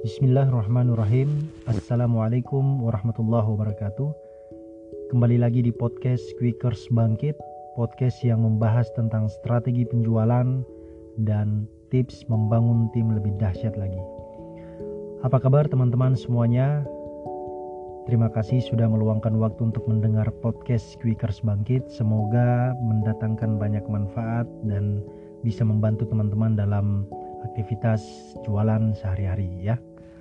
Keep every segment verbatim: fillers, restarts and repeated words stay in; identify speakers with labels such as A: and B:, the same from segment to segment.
A: Bismillahirrahmanirrahim. Assalamualaikum warahmatullahi wabarakatuh. Kembali lagi di podcast Quickers Bangkit, podcast yang membahas tentang strategi penjualan dan tips membangun tim lebih dahsyat lagi. Apa kabar teman-teman semuanya? Terima kasih sudah meluangkan waktu untuk mendengar podcast Quickers Bangkit. Semoga mendatangkan banyak manfaat dan bisa membantu teman-teman dalam aktivitas jualan sehari-hari ya.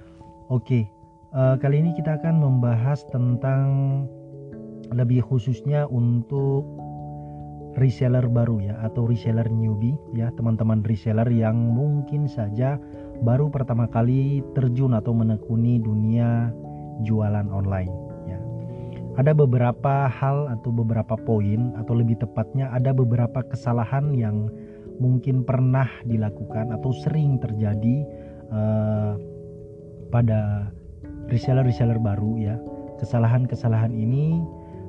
A: Oke, uh, kali ini kita akan membahas tentang lebih khususnya untuk reseller baru ya, atau reseller newbie ya, teman-teman reseller yang mungkin saja baru pertama kali terjun atau menekuni dunia jualan online ya. Ada beberapa hal atau beberapa poin, atau lebih tepatnya ada beberapa kesalahan yang mungkin pernah dilakukan atau sering terjadi uh, pada reseller-reseller baru ya. Kesalahan-kesalahan ini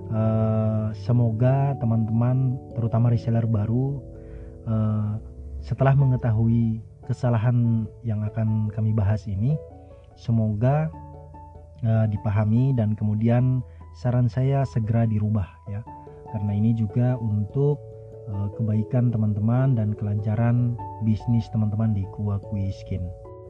A: uh, semoga teman-teman terutama reseller baru uh, setelah mengetahui kesalahan yang akan kami bahas ini, semoga uh, dipahami dan kemudian saran saya segera dirubah ya. Karena ini juga untuk uh, kebaikan teman-teman dan kelancaran bisnis teman-teman di Kuakui Skin.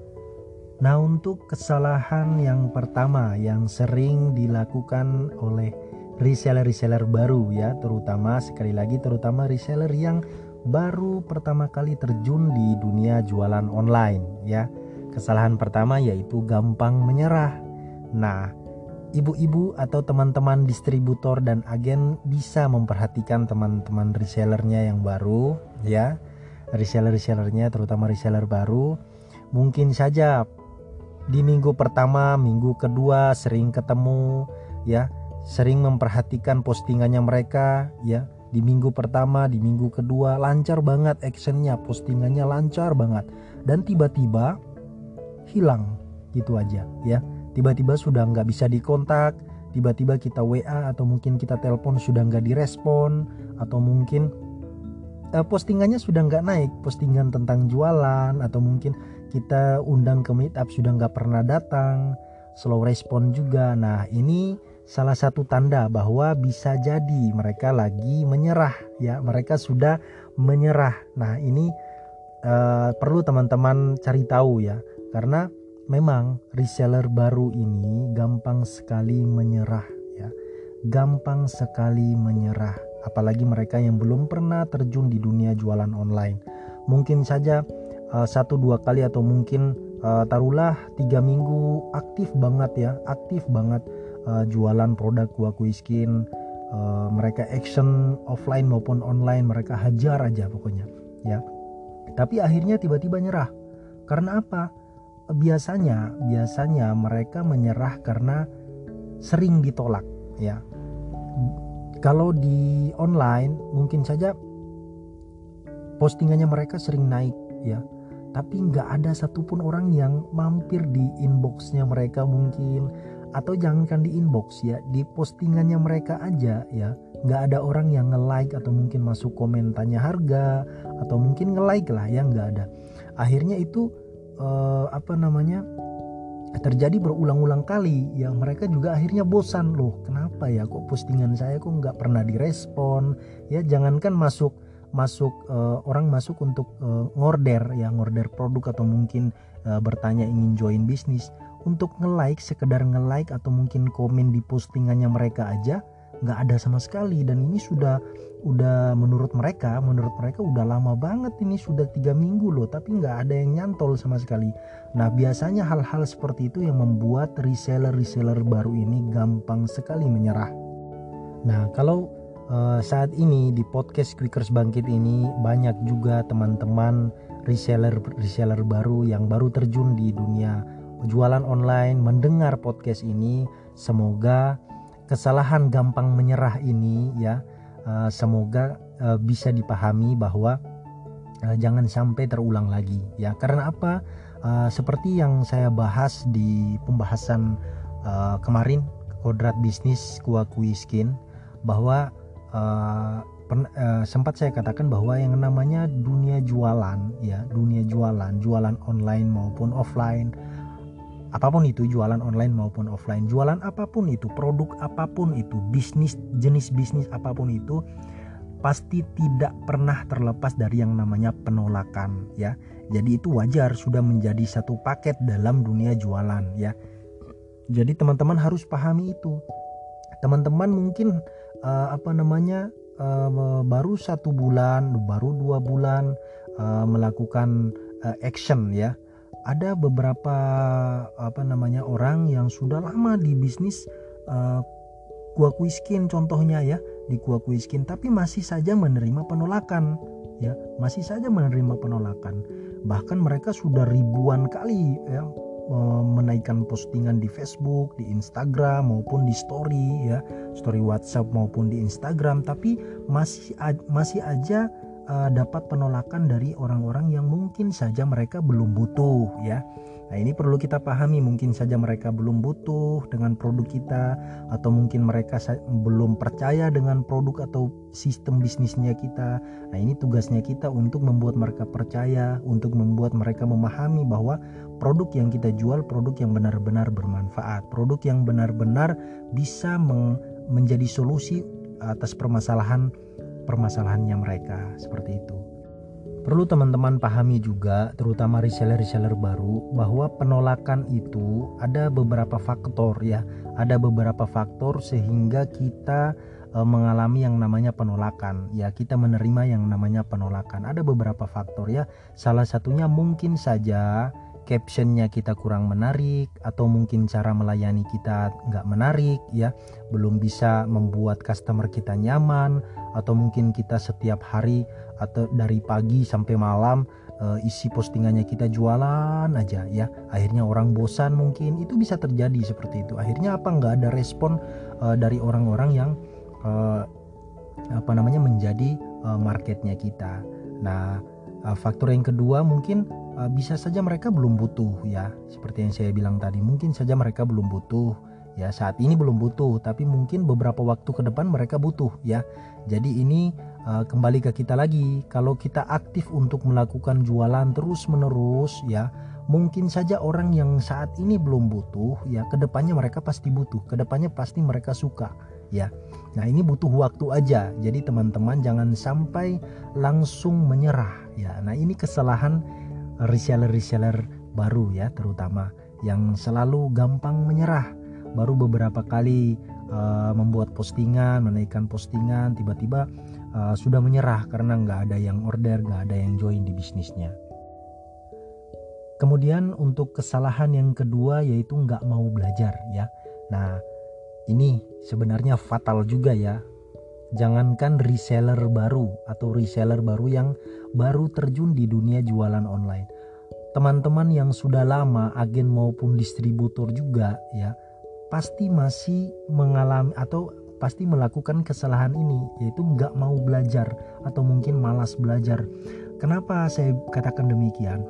A: Nah, untuk kesalahan yang pertama yang sering dilakukan oleh reseller-reseller baru ya, terutama sekali lagi terutama reseller yang baru pertama kali terjun di dunia jualan online ya. Kesalahan pertama yaitu gampang menyerah. Nah, ibu-ibu atau teman-teman distributor dan agen bisa memperhatikan teman-teman resellernya yang baru ya. Reseller-resellernya terutama reseller baru, mungkin saja di minggu pertama, minggu kedua sering ketemu ya, sering memperhatikan postingannya mereka ya. Di minggu pertama, di minggu kedua lancar banget actionnya, postingannya lancar banget, dan tiba-tiba hilang gitu aja ya. Tiba-tiba sudah nggak bisa dikontak, tiba-tiba kita W A atau mungkin kita telepon sudah nggak direspon, atau mungkin eh, postingannya sudah nggak naik, postingan tentang jualan, atau mungkin kita undang ke meet up sudah nggak pernah datang, slow respon juga. Nah, ini salah satu tanda bahwa bisa jadi mereka lagi menyerah ya, mereka sudah menyerah. Nah, ini uh, perlu teman-teman cari tahu ya, karena memang reseller baru ini gampang sekali menyerah ya, gampang sekali menyerah, apalagi mereka yang belum pernah terjun di dunia jualan online. Mungkin saja Uh, satu dua kali atau mungkin uh, taruhlah tiga minggu aktif banget ya, aktif banget uh, jualan produk Kuakui Skin, uh, mereka action offline maupun online, mereka hajar aja pokoknya ya. Tapi akhirnya tiba-tiba nyerah. Karena apa? Biasanya biasanya mereka menyerah karena sering ditolak ya. Kalau di online mungkin saja postingannya mereka sering naik ya, tapi nggak ada satupun orang yang mampir di inboxnya mereka mungkin, atau jangankan di inbox ya, di postingannya mereka aja ya, nggak ada orang yang nge-like atau mungkin masuk komen tanya harga atau mungkin nge-like lah ya, nggak ada. Akhirnya itu eh, apa namanya terjadi berulang-ulang kali ya. Mereka juga akhirnya bosan, loh kenapa ya kok postingan saya kok nggak pernah direspon ya. Jangankan masuk masuk uh, orang masuk untuk uh, ngorder ya, ngorder produk atau mungkin uh, bertanya ingin join bisnis, untuk nge-like, sekedar nge-like atau mungkin komen di postingannya mereka aja nggak ada sama sekali. Dan ini sudah udah menurut mereka menurut mereka udah lama banget, ini sudah tiga minggu loh, tapi nggak ada yang nyantol sama sekali. Nah, biasanya hal-hal seperti itu yang membuat reseller-reseller baru ini gampang sekali menyerah. Nah, kalau Uh, saat ini di podcast Quickers Bangkit ini banyak juga teman-teman reseller reseller baru yang baru terjun di dunia jualan online mendengar podcast ini. Semoga kesalahan gampang menyerah ini ya uh, semoga uh, bisa dipahami bahwa uh, jangan sampai terulang lagi ya. Karena apa? Uh, seperti yang saya bahas di pembahasan uh, kemarin, kodrat bisnis Kuakui Skin, bahwa Uh, pen, uh, sempat saya katakan bahwa yang namanya dunia jualan ya, dunia jualan, jualan online maupun offline, apapun itu, jualan online maupun offline, jualan apapun itu, produk apapun itu, bisnis, jenis bisnis apapun itu, pasti tidak pernah terlepas dari yang namanya penolakan ya. Jadi itu wajar, sudah menjadi satu paket dalam dunia jualan ya. Jadi teman-teman harus pahami itu. Teman-teman mungkin uh, apa namanya uh, baru satu bulan, baru dua bulan uh, melakukan uh, action ya. Ada beberapa apa namanya orang yang sudah lama di bisnis uh, Gua Kuiskin contohnya ya, di Gua Kuiskin, tapi masih saja menerima penolakan ya, masih saja menerima penolakan. Bahkan mereka sudah ribuan kali ya menaikkan postingan di Facebook, di Instagram maupun di story ya, story WhatsApp maupun di Instagram, tapi masih masih aja uh, dapat penolakan dari orang-orang yang mungkin saja mereka belum butuh ya. Nah ini perlu kita pahami, mungkin saja mereka belum butuh dengan produk kita, atau mungkin mereka sa- belum percaya dengan produk atau sistem bisnisnya kita. Nah ini tugasnya kita untuk membuat mereka percaya, untuk membuat mereka memahami bahwa produk yang kita jual produk yang benar-benar bermanfaat, produk yang benar-benar bisa meng- menjadi solusi atas permasalahan permasalahannya mereka, seperti itu. Perlu teman-teman pahami juga, terutama reseller-reseller baru, bahwa penolakan itu ada beberapa faktor ya. Ada beberapa faktor sehingga kita e, mengalami yang namanya penolakan. Ya, kita menerima yang namanya penolakan. Ada beberapa faktor ya. Salah satunya mungkin saja captionnya kita kurang menarik, atau mungkin cara melayani kita nggak menarik ya, belum bisa membuat customer kita nyaman, atau mungkin kita setiap hari atau dari pagi sampai malam e, isi postingannya kita jualan aja ya, akhirnya orang bosan, mungkin itu bisa terjadi seperti itu. Akhirnya apa, nggak ada respon e, dari orang-orang yang e, apa namanya menjadi e, marketnya kita. Nah e, faktor yang kedua mungkin e, bisa saja mereka belum butuh ya, seperti yang saya bilang tadi, mungkin saja mereka belum butuh ya, saat ini belum butuh, tapi mungkin beberapa waktu ke depan mereka butuh ya. Jadi ini uh, kembali ke kita lagi, kalau kita aktif untuk melakukan jualan terus menerus ya, mungkin saja orang yang saat ini belum butuh ya, kedepannya mereka pasti butuh, kedepannya pasti mereka suka ya. Nah ini butuh waktu aja, jadi teman-teman jangan sampai langsung menyerah ya. Nah ini kesalahan reseller-reseller baru ya, terutama yang selalu gampang menyerah. Baru beberapa kali uh, membuat postingan, menaikkan postingan, tiba-tiba uh, sudah menyerah karena nggak ada yang order, nggak ada yang join di bisnisnya. Kemudian untuk kesalahan yang kedua yaitu nggak mau belajar ya. Nah ini sebenarnya fatal juga ya. Jangankan reseller baru atau reseller baru yang baru terjun di dunia jualan online, teman-teman yang sudah lama agen maupun distributor juga ya, pasti masih mengalami atau pasti melakukan kesalahan ini, yaitu nggak mau belajar atau mungkin malas belajar. Kenapa saya katakan demikian?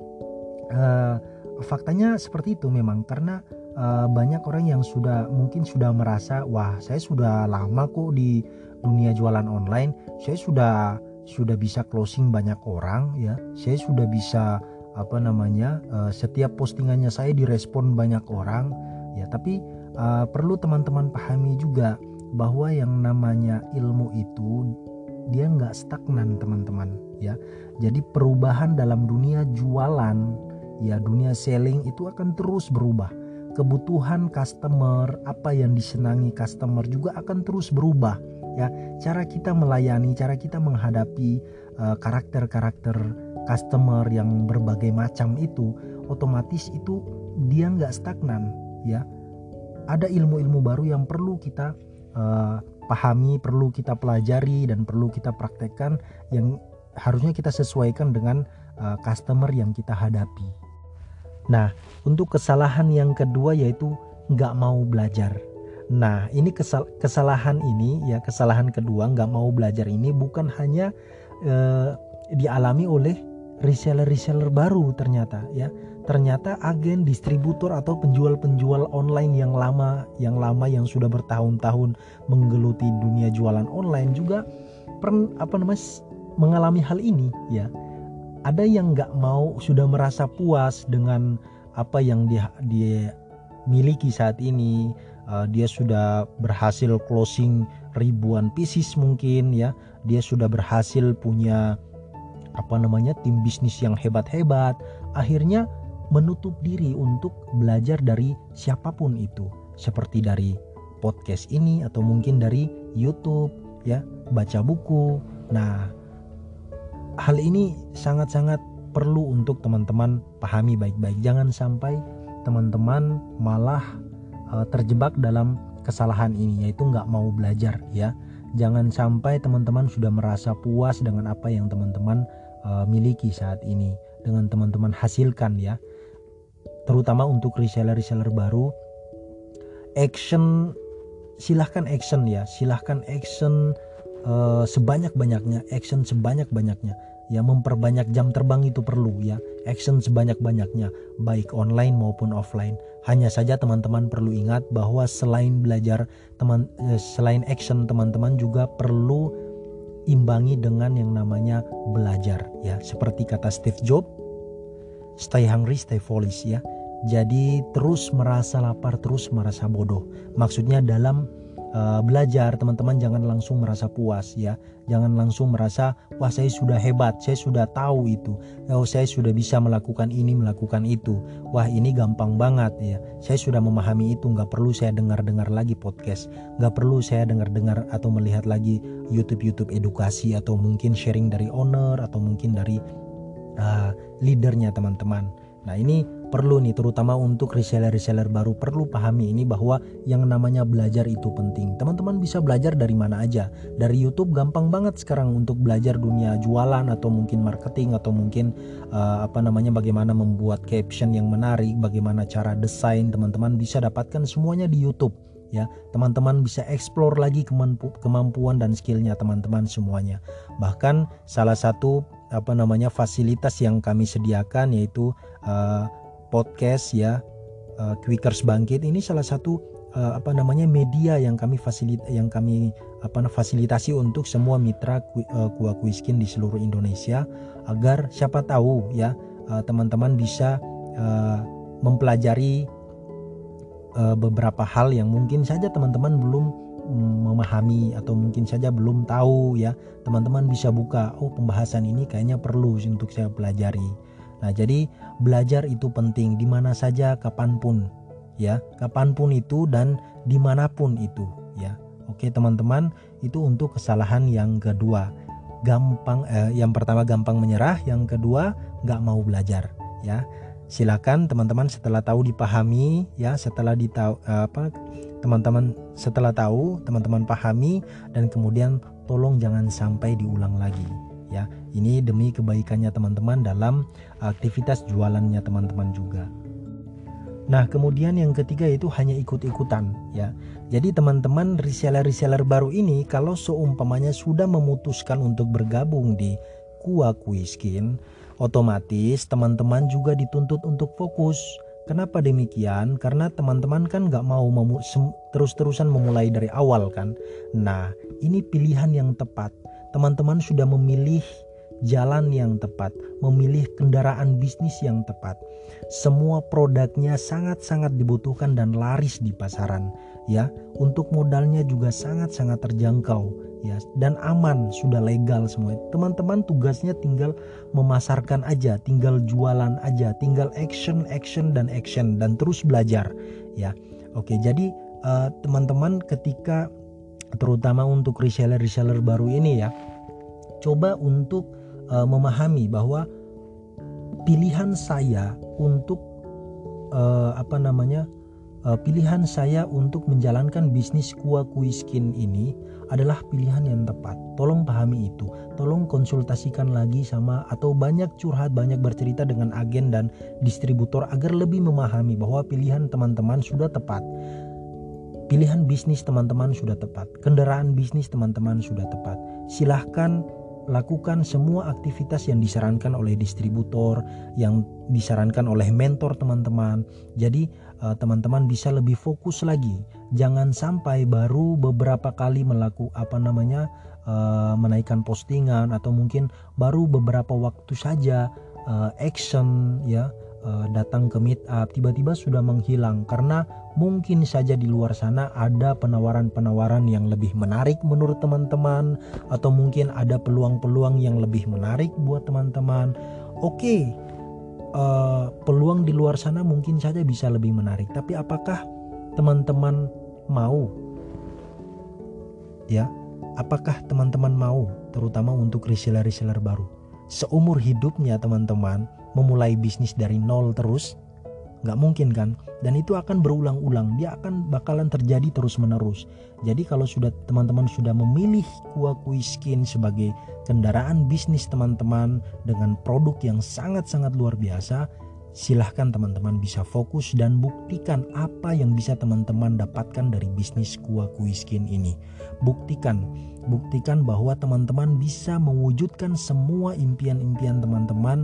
A: Uh, faktanya seperti itu memang, karena uh, banyak orang yang sudah mungkin sudah merasa, wah saya sudah lama kok di dunia jualan online, saya sudah sudah bisa closing banyak orang ya, saya sudah bisa apa namanya uh, setiap postingannya saya direspon banyak orang ya. Tapi Uh, perlu teman-teman pahami juga bahwa yang namanya ilmu itu dia nggak stagnan teman-teman ya. Jadi perubahan dalam dunia jualan ya, dunia selling itu akan terus berubah. Kebutuhan customer, apa yang disenangi customer juga akan terus berubah ya. Cara kita melayani, cara kita menghadapi uh, karakter-karakter customer yang berbagai macam itu, otomatis itu dia nggak stagnan ya. Ada ilmu-ilmu baru yang perlu kita uh, pahami, perlu kita pelajari, dan perlu kita praktekkan, yang harusnya kita sesuaikan dengan uh, customer yang kita hadapi. Nah, untuk kesalahan yang kedua yaitu nggak mau belajar. Nah, ini kesal- kesalahan ini ya, kesalahan kedua nggak mau belajar ini bukan hanya uh, dialami oleh reseller-reseller baru ternyata ya. Ternyata agen, distributor atau penjual-penjual online yang lama, yang lama yang sudah bertahun-tahun menggeluti dunia jualan online juga per, apa namanya mengalami hal ini ya. Ada yang nggak mau, sudah merasa puas dengan apa yang dia dia miliki saat ini. Uh, dia sudah berhasil closing ribuan pieces mungkin ya. Dia sudah berhasil punya apa namanya tim bisnis yang hebat-hebat. Akhirnya menutup diri untuk belajar dari siapapun itu, seperti dari podcast ini atau mungkin dari YouTube ya, baca buku. Nah, hal ini sangat-sangat perlu untuk teman-teman pahami baik-baik. Jangan sampai teman-teman malah uh, terjebak dalam kesalahan ini, yaitu nggak mau belajar ya. Jangan sampai teman-teman sudah merasa puas dengan apa yang teman-teman uh, miliki saat ini, dengan teman-teman hasilkan ya. Terutama untuk reseller-reseller baru, action, silahkan action ya, silahkan action uh, sebanyak-banyaknya, action sebanyak-banyaknya. Ya, memperbanyak jam terbang itu perlu ya, action sebanyak-banyaknya, baik online maupun offline. Hanya saja teman-teman perlu ingat bahwa selain belajar, teman eh, selain action, teman-teman juga perlu imbangi dengan yang namanya belajar ya. Seperti kata Steve Jobs, stay hungry, stay foolish ya. Jadi terus merasa lapar, terus merasa bodoh. Maksudnya dalam uh, belajar, teman-teman jangan langsung merasa puas ya. Jangan langsung merasa, wah saya sudah hebat, saya sudah tahu itu. Oh, saya sudah bisa melakukan ini, melakukan itu. Wah ini gampang banget ya. Saya sudah memahami itu, nggak perlu saya dengar-dengar lagi podcast. Nggak perlu saya dengar-dengar atau melihat lagi YouTube-YouTube edukasi atau mungkin sharing dari owner atau mungkin dari uh, leadernya teman-teman. Nah ini perlu nih, terutama untuk reseller-reseller baru, perlu pahami ini bahwa yang namanya belajar itu penting. Teman-teman bisa belajar dari mana aja. Dari YouTube gampang banget sekarang untuk belajar dunia jualan atau mungkin marketing atau mungkin uh, apa namanya bagaimana membuat caption yang menarik, bagaimana cara desain, teman-teman bisa dapatkan semuanya di YouTube. Ya, teman-teman bisa explore lagi kemampu, kemampuan dan skillnya teman-teman semuanya. Bahkan salah satu apa namanya fasilitas yang kami sediakan yaitu uh, podcast ya, uh, Quickers Bangkit ini salah satu uh, apa namanya media yang kami fasilit yang kami apa fasilitasi untuk semua mitra uh, Kuah Kuiskin di seluruh Indonesia, agar siapa tahu ya uh, teman-teman bisa uh, mempelajari uh, beberapa hal yang mungkin saja teman-teman belum memahami atau mungkin saja belum tahu ya. Teman-teman bisa buka, oh pembahasan ini kayaknya perlu untuk saya pelajari. Nah jadi belajar itu penting di mana saja, kapanpun ya, kapanpun itu dan dimanapun itu ya. Oke teman-teman, itu untuk kesalahan yang kedua, gampang eh, yang pertama gampang menyerah, yang kedua nggak mau belajar ya. Silakan teman-teman setelah tahu dipahami ya, setelah ditahu apa teman-teman setelah tahu teman-teman pahami, dan kemudian tolong jangan sampai diulang lagi ya. Ini demi kebaikannya teman-teman dalam aktivitas jualannya teman-teman juga. Nah kemudian yang ketiga itu hanya ikut-ikutan ya. Jadi teman-teman reseller-reseller baru ini kalau seumpamanya sudah memutuskan untuk bergabung di Kuah Kuiskin, otomatis teman-teman juga dituntut untuk fokus. Kenapa demikian? Karena teman-teman kan gak mau memu- sem- terus-terusan memulai dari awal kan. Nah ini pilihan yang tepat. Teman-teman sudah memilih jalan yang tepat, memilih kendaraan bisnis yang tepat. Semua produknya sangat-sangat dibutuhkan dan laris di pasaran ya. Untuk modalnya juga sangat-sangat terjangkau ya, dan aman, sudah legal semua. Teman-teman tugasnya tinggal memasarkan aja, tinggal jualan aja, tinggal action, action dan action dan terus belajar ya. Oke, jadi uh, teman-teman ketika terutama untuk reseller-reseller baru ini ya, coba untuk uh, memahami bahwa pilihan saya untuk uh, apa namanya uh, pilihan saya untuk menjalankan bisnis Kuah Kuiskin ini adalah pilihan yang tepat. Tolong pahami itu. Tolong konsultasikan lagi sama atau banyak curhat, banyak bercerita dengan agen dan distributor agar lebih memahami bahwa pilihan teman-teman sudah tepat. Pilihan bisnis teman-teman sudah tepat. Kendaraan bisnis teman-teman sudah tepat. Silahkan lakukan semua aktivitas yang disarankan oleh distributor, yang disarankan oleh mentor teman-teman. Jadi uh, teman-teman bisa lebih fokus lagi. Jangan sampai baru beberapa kali melakukan apa namanya uh, menaikkan postingan atau mungkin baru beberapa waktu saja uh, action ya, uh, datang ke meet up tiba-tiba sudah menghilang karena mungkin saja di luar sana ada penawaran-penawaran yang lebih menarik menurut teman-teman, atau mungkin ada peluang-peluang yang lebih menarik buat teman-teman. Oke, uh, peluang di luar sana mungkin saja bisa lebih menarik, tapi apakah teman-teman mau? Ya, apakah teman-teman mau, terutama untuk reseller-reseller baru? Seumur hidupnya teman-teman memulai bisnis dari nol terus? Nggak mungkin kan? Dan itu akan berulang-ulang, dia akan bakalan terjadi terus-menerus. Jadi kalau sudah teman-teman sudah memilih Kuah Kuiskin sebagai kendaraan bisnis teman-teman dengan produk yang sangat-sangat luar biasa, silahkan teman-teman bisa fokus dan buktikan apa yang bisa teman-teman dapatkan dari bisnis Kuah Kuiskin ini. Buktikan, buktikan bahwa teman-teman bisa mewujudkan semua impian-impian teman-teman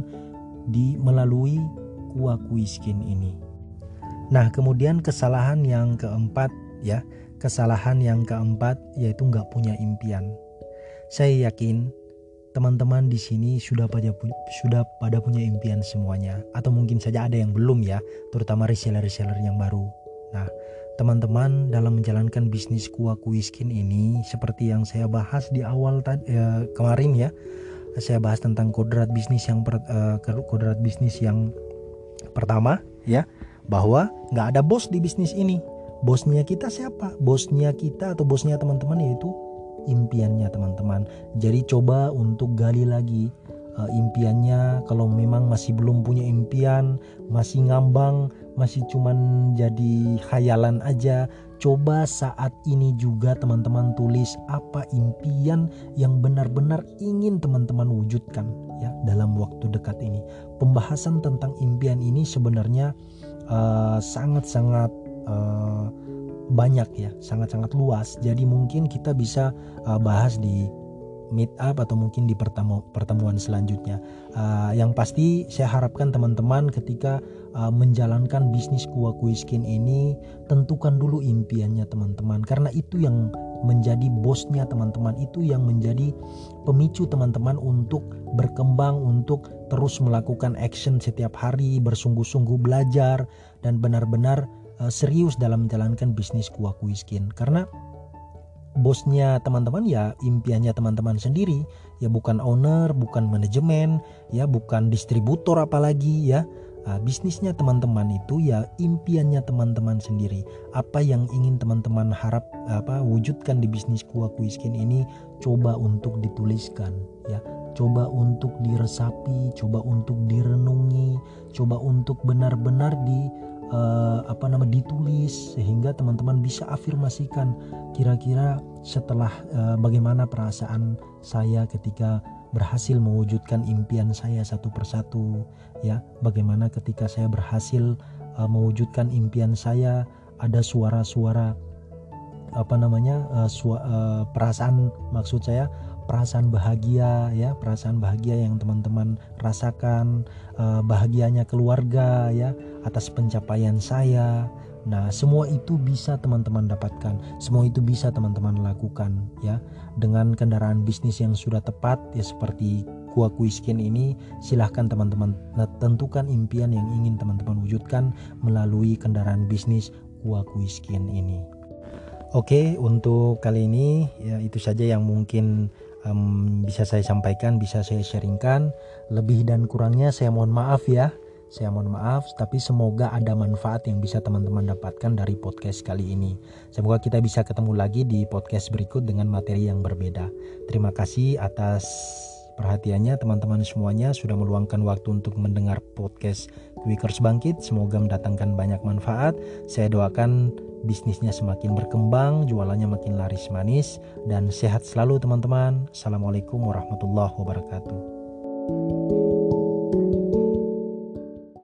A: di melalui Kuah Kuiskin ini. Nah, kemudian kesalahan yang keempat ya, kesalahan yang keempat yaitu nggak punya impian. Saya yakin teman-teman di sini sudah pada sudah pada punya impian semuanya, atau mungkin saja ada yang belum ya, terutama reseller-reseller yang baru. Nah, teman-teman dalam menjalankan bisnis Kuah Kuiskin ini seperti yang saya bahas di awal tadi eh, kemarin ya, saya bahas tentang kodrat bisnis yang per, eh, kodrat bisnis yang pertama ya, bahwa nggak ada bos di bisnis ini. Bosnya kita siapa? Bosnya kita atau bosnya teman-teman yaitu impiannya teman-teman. Jadi coba untuk gali lagi uh, impiannya. Kalau memang masih belum punya impian, masih ngambang, masih cuman jadi khayalan aja, coba saat ini juga teman-teman tulis apa impian yang benar-benar ingin teman-teman wujudkan ya dalam waktu dekat ini. Pembahasan tentang impian ini sebenarnya uh, sangat-sangat uh, banyak ya, sangat-sangat luas. Jadi mungkin kita bisa uh, bahas di meet up atau mungkin di pertemu, pertemuan selanjutnya. Uh, yang pasti saya harapkan teman-teman ketika uh, menjalankan bisnis Kuah Kuiskin ini, tentukan dulu impiannya teman-teman, karena itu yang menjadi bosnya teman-teman, itu yang menjadi pemicu teman-teman untuk berkembang, untuk terus melakukan action setiap hari, bersungguh-sungguh belajar dan benar-benar uh, serius dalam menjalankan bisnis Kuah Kuiskin. Karena bosnya teman-teman ya impiannya teman-teman sendiri ya, bukan owner, bukan manajemen ya, bukan distributor apalagi ya. Nah, bisnisnya teman-teman itu ya impiannya teman-teman sendiri. Apa yang ingin teman-teman harap apa wujudkan di bisnis Kuah Kuiskin ini, coba untuk dituliskan ya, coba untuk diresapi, coba untuk direnungi, coba untuk benar-benar di uh, apa nama ditulis, sehingga teman-teman bisa afirmasikan kira-kira setelah uh, bagaimana perasaan saya ketika berhasil mewujudkan impian saya satu persatu ya, bagaimana ketika saya berhasil uh, mewujudkan impian saya, ada suara-suara apa namanya uh, su- uh, perasaan, maksud saya perasaan bahagia ya, perasaan bahagia yang teman-teman rasakan, uh, bahagianya keluarga ya atas pencapaian saya. Nah, semua itu bisa teman-teman dapatkan, semua itu bisa teman-teman lakukan ya dengan kendaraan bisnis yang sudah tepat ya seperti Kuah Kuiskin ini. Silahkan teman-teman tentukan impian yang ingin teman-teman wujudkan melalui kendaraan bisnis Kuah Kuiskin ini. Oke, untuk kali ini ya itu saja yang mungkin um, bisa saya sampaikan, bisa saya sharingkan. Lebih dan kurangnya saya mohon maaf ya. Saya mohon maaf, tapi semoga ada manfaat yang bisa teman-teman dapatkan dari podcast kali ini. Semoga kita bisa ketemu lagi di podcast berikut dengan materi yang berbeda. Terima kasih atas perhatiannya teman-teman semuanya sudah meluangkan waktu untuk mendengar podcast Quickers Bangkit. Semoga mendatangkan banyak manfaat. Saya doakan bisnisnya semakin berkembang, jualannya makin laris manis, dan sehat selalu teman-teman. Assalamualaikum warahmatullahi wabarakatuh.